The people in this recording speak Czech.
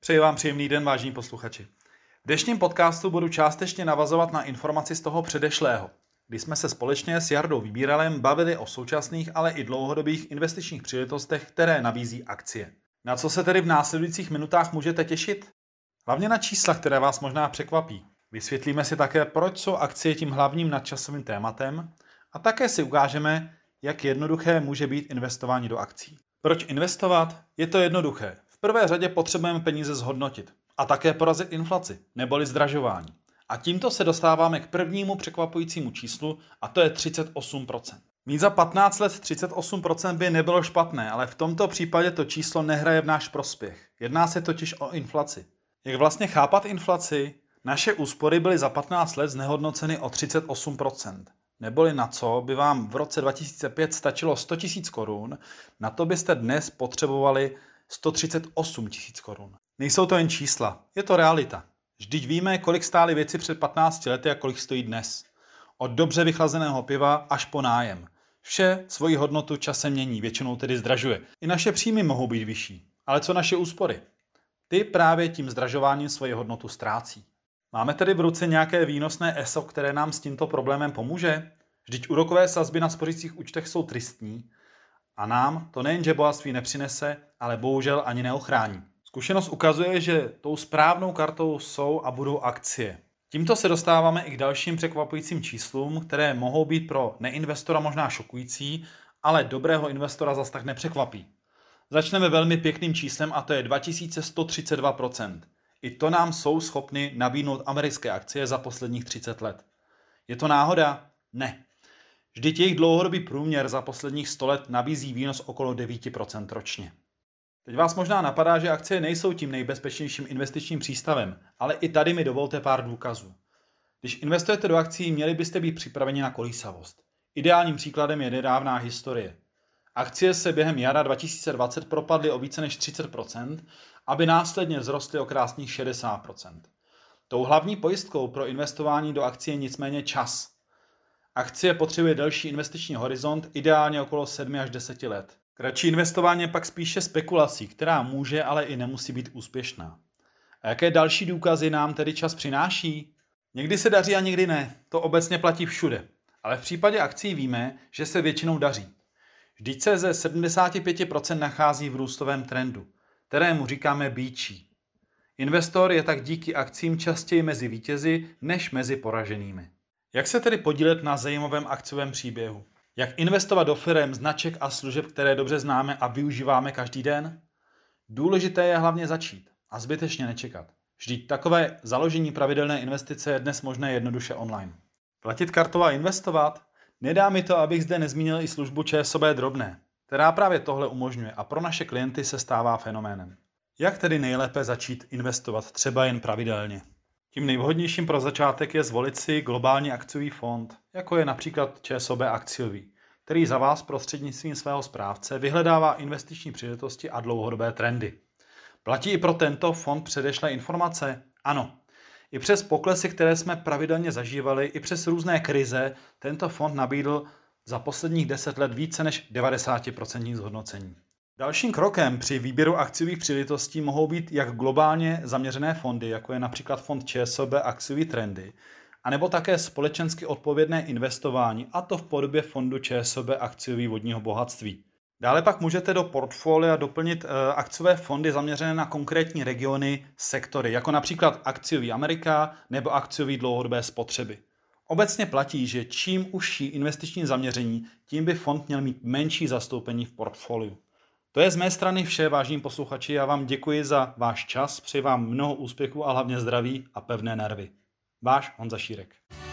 Přeji vám příjemný den, vážení posluchači. V dnešním podcastu budu částečně navazovat na informaci z toho předešlého, kdy jsme se společně s Jardou Vybíralem bavili o současných, ale i dlouhodobých investičních příležitostech, které nabízí akcie. Na co se tedy v následujících minutách můžete těšit? Hlavně na čísla, které vás možná překvapí. Vysvětlíme si také, proč jsou akcie tím hlavním nadčasovým tématem a také si ukážeme, jak jednoduché může být investování do akcí. Proč investovat? Je to jednoduché. V prvé řadě potřebujeme peníze zhodnotit a také porazit inflaci, neboli zdražování. A tímto se dostáváme k prvnímu překvapujícímu číslu a to je 38%. Mít za 15 let 38% by nebylo špatné, ale v tomto případě to číslo nehraje v náš prospěch. Jedná se totiž o inflaci. Jak vlastně chápat inflaci? Naše úspory byly za 15 let znehodnoceny o 38%. Neboli na co by vám v roce 2005 stačilo 100 000 korun, na to byste dnes potřebovali 138 000 korun. Nejsou to jen čísla, je to realita. Vždyť víme, kolik stály věci před 15 lety a kolik stojí dnes. Od dobře vychlazeného piva až po nájem. Vše svoji hodnotu časem mění, většinou tedy zdražuje. I naše příjmy mohou být vyšší. Ale co naše úspory? Ty právě tím zdražováním svoji hodnotu ztrácí. Máme tedy v ruce nějaké výnosné ESO, které nám s tímto problémem pomůže? Vždyť úrokové sazby na spořících účtech jsou tristní a nám to nejenže bohatství nepřinese, ale bohužel ani neochrání. Zkušenost ukazuje, že tou správnou kartou jsou a budou akcie. Tímto se dostáváme i k dalším překvapujícím číslům, které mohou být pro neinvestora možná šokující, ale dobrého investora zas tak nepřekvapí. Začneme velmi pěkným číslem a to je 2132%. I to nám jsou schopny nabídnout americké akcie za posledních 30 let. Je to náhoda? Ne. Vždyť jejich dlouhodobý průměr za posledních 100 let nabízí výnos okolo 9% ročně. Teď vás možná napadá, že akcie nejsou tím nejbezpečnějším investičním přístavem, ale i tady mi dovolte pár důkazů. Když investujete do akcí, měli byste být připraveni na kolísavost. Ideálním příkladem je nedávná historie. Akcie se během jara 2020 propadly o více než 30%, aby následně vzrostly o krásných 60%. Tou hlavní pojistkou pro investování do akcí je nicméně čas. Akcie potřebuje delší investiční horizont, ideálně okolo 7 až 10 let. Kratší investování je pak spíše spekulací, která může, ale i nemusí být úspěšná. A jaké další důkazy nám tedy čas přináší? Někdy se daří a někdy ne. To obecně platí všude. Ale v případě akcí víme, že se většinou daří. Vždyť se ze 75% nachází v růstovém trendu, kterému říkáme býčí. Investor je tak díky akcím častěji mezi vítězi než mezi poraženými. Jak se tedy podílet na zajímavém akciovém příběhu? Jak investovat do firem, značek a služeb, které dobře známe a využíváme každý den? Důležité je hlavně začít a zbytečně nečekat. Vždyť takové založení pravidelné investice je dnes možné jednoduše online. Platit kartou a investovat? Nedá mi to, abych zde nezmínil i službu ČSOB drobné, která právě tohle umožňuje a pro naše klienty se stává fenoménem. Jak tedy nejlépe začít investovat třeba jen pravidelně? Tím nejvhodnějším pro začátek je zvolit si globální akciový fond, jako je například ČSOB akciový, který za vás prostřednictvím svého správce vyhledává investiční příležitosti a dlouhodobé trendy. Platí i pro tento fond předešlé informace? Ano. I přes poklesy, které jsme pravidelně zažívali, i přes různé krize, tento fond nabídl za posledních 10 let více než 90% zhodnocení. Dalším krokem při výběru akciových příležitostí mohou být jak globálně zaměřené fondy, jako je například fond ČSOB akciový trendy, anebo také společensky odpovědné investování, a to v podobě fondu ČSOB akciový vodního bohatství. Dále pak můžete do portfolia doplnit akciové fondy zaměřené na konkrétní regiony, sektory, jako například akciový Amerika nebo akciový dlouhodobé spotřeby. Obecně platí, že čím užší investiční zaměření, tím by fond měl mít menší zastoupení v portfoliu. To je z mé strany vše, vážení posluchači, já vám děkuji za váš čas, přeji vám mnoho úspěchů a hlavně zdraví a pevné nervy. Váš Honza Šírek.